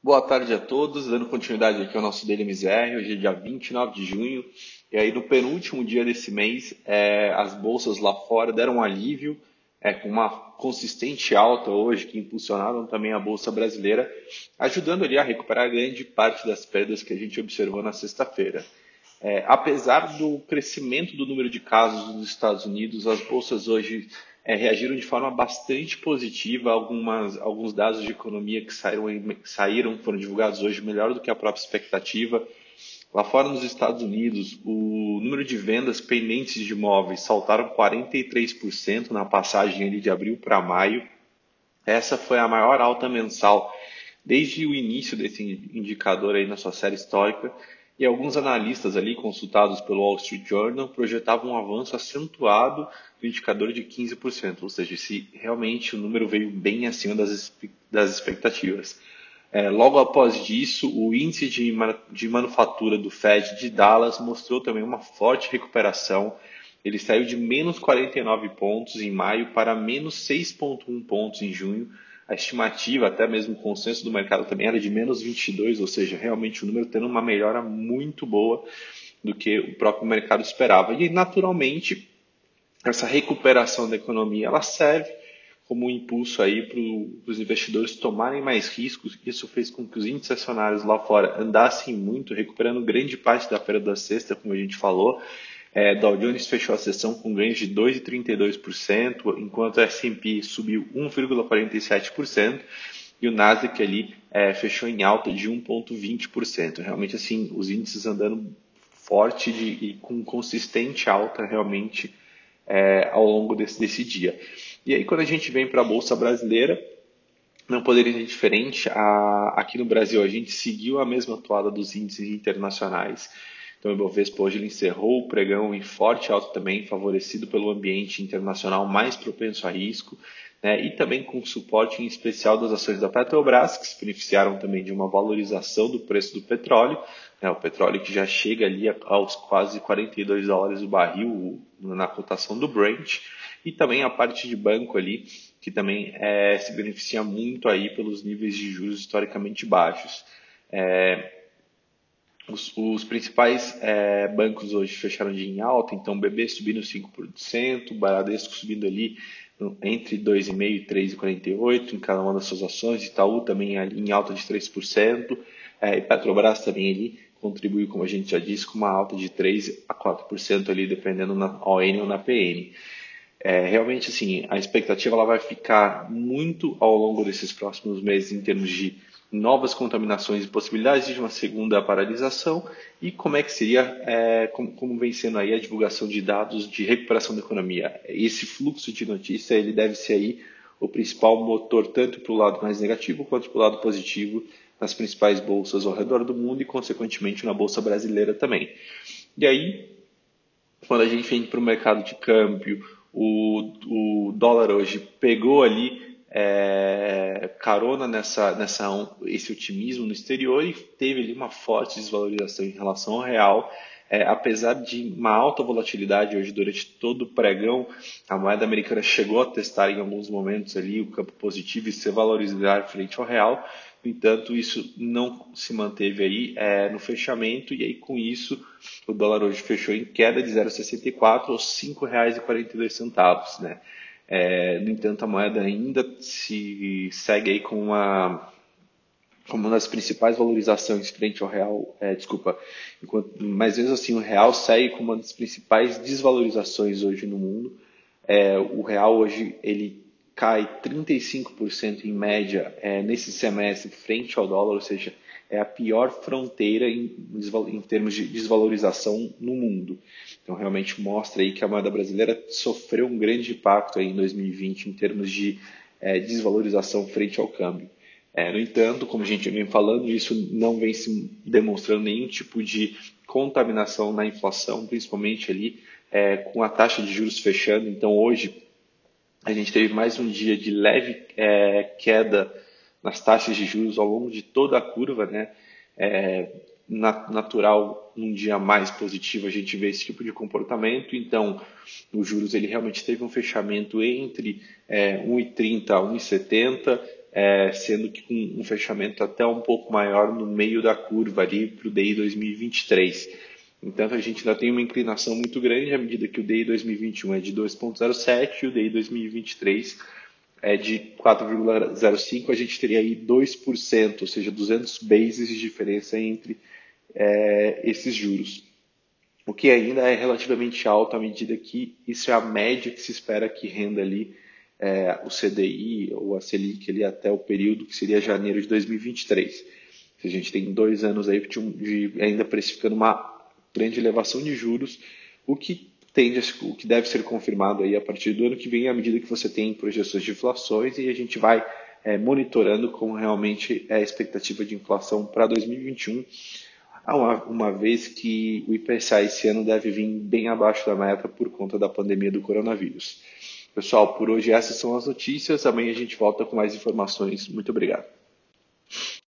Boa tarde a todos, dando continuidade aqui ao nosso Daily MZR, hoje é dia 29 de junho, e aí no penúltimo dia desse mês, as bolsas lá fora deram um alívio, com uma consistente alta hoje, que impulsionaram também a bolsa brasileira, ajudando ali a recuperar grande parte das perdas que a gente observou na sexta-feira. Apesar do crescimento do número de casos nos Estados Unidos, as bolsas hoje reagiram de forma bastante positiva. Alguns dados de economia que foram divulgados hoje melhor do que a própria expectativa. Lá fora nos Estados Unidos, o número de vendas pendentes de imóveis saltaram 43% na passagem ali de abril para maio. Essa foi a maior alta mensal desde o início desse indicador aí na sua série histórica, e alguns analistas ali consultados pelo Wall Street Journal projetavam um avanço acentuado do indicador de 15%, ou seja, se realmente o número veio bem acima das expectativas. Logo após disso, o índice de manufatura do Fed de Dallas mostrou também uma forte recuperação. Ele saiu de menos 49 pontos em maio para menos 6,1 pontos em junho. A estimativa, até mesmo o consenso do mercado também era de menos 22, ou seja, realmente o número tendo uma melhora muito boa do que o próprio mercado esperava. E, naturalmente, essa recuperação da economia ela serve como um impulso aí para os investidores tomarem mais riscos. Isso fez com que os índices acionários lá fora andassem muito, recuperando grande parte da perda da sexta, como a gente falou. Dow Jones fechou a sessão com ganhos de 2,32%, enquanto o S&P subiu 1,47% e o Nasdaq ali fechou em alta de 1,20%. Realmente, assim, os índices andando forte e com consistente alta realmente ao longo desse dia. E aí, quando a gente vem para a Bolsa Brasileira, não poderia ser diferente. Aqui no Brasil, a gente seguiu a mesma toada dos índices internacionais. Então, o Ibovespa hoje ele encerrou o pregão em forte alta também, favorecido pelo ambiente internacional mais propenso a risco, né, e também com suporte em especial das ações da Petrobras, que se beneficiaram também de uma valorização do preço do petróleo, né, o petróleo que já chega ali aos quase US$ 42 o barril na cotação do Brent, e também a parte de banco ali, que também se beneficia muito aí pelos níveis de juros historicamente baixos. Os principais bancos hoje fecharam de em alta, então BB subindo 5%, Bradesco subindo ali entre 2,5% e 3,48% em cada uma das suas ações, Itaú também ali em alta de 3%, e Petrobras também ali contribuiu, como a gente já disse, com uma alta de 3% a 4% ali, dependendo na ON ou na PN. Realmente, assim, a expectativa ela vai ficar muito ao longo desses próximos meses em termos de novas contaminações e possibilidades de uma segunda paralisação e como é que seria, como vem sendo aí a divulgação de dados de recuperação da economia. Esse fluxo de notícia ele deve ser aí o principal motor tanto para o lado mais negativo quanto para o lado positivo nas principais bolsas ao redor do mundo e, consequentemente, na bolsa brasileira também. E aí, quando a gente vem para o mercado de câmbio, o dólar hoje pegou ali carona esse otimismo no exterior e teve ali uma forte desvalorização em relação ao real. Apesar de uma alta volatilidade hoje durante todo o pregão, a moeda americana chegou a testar em alguns momentos ali o campo positivo e se valorizar frente ao real. No entanto, isso não se manteve aí no fechamento e aí com isso o dólar hoje fechou em queda de 0,64 aos R$ 5,42, né? No entanto, a moeda ainda se segue aí como uma das principais valorizações frente ao real, mas mesmo assim o real segue como uma das principais desvalorizações hoje no mundo. O real hoje ele cai 35% em média nesse semestre frente ao dólar, ou seja, é a pior fronteira em termos de desvalorização no mundo. Então, realmente mostra aí que a moeda brasileira sofreu um grande impacto aí em 2020 em termos de desvalorização frente ao câmbio. No entanto, como a gente vem falando, isso não vem se demonstrando nenhum tipo de contaminação na inflação, principalmente ali com a taxa de juros fechando. Então, hoje, a gente teve mais um dia de leve queda nas taxas de juros ao longo de toda a curva, né? Natural, um dia mais positivo, a gente vê esse tipo de comportamento. Então, os juros ele realmente teve um fechamento entre 1,30 a 1,70, sendo que com um fechamento até um pouco maior no meio da curva ali para o DI 2023. Então a gente ainda tem uma inclinação muito grande à medida que o DI 2021 é de 2,07 e o DI 2023 é de 4,05, a gente teria aí 2%, ou seja, 200 bases de diferença entre esses juros. O que ainda é relativamente alto à medida que isso é a média que se espera que renda ali o CDI ou a Selic ali até o período que seria janeiro de 2023. A gente tem 2 anos aí ainda precificando uma grande elevação de juros, o que deve ser confirmado aí a partir do ano que vem, à medida que você tem projeções de inflações e a gente vai monitorando como realmente é a expectativa de inflação para 2021, uma vez que o IPCA esse ano deve vir bem abaixo da meta por conta da pandemia do coronavírus. Pessoal, por hoje essas são as notícias. Amanhã a gente volta com mais informações. Muito obrigado.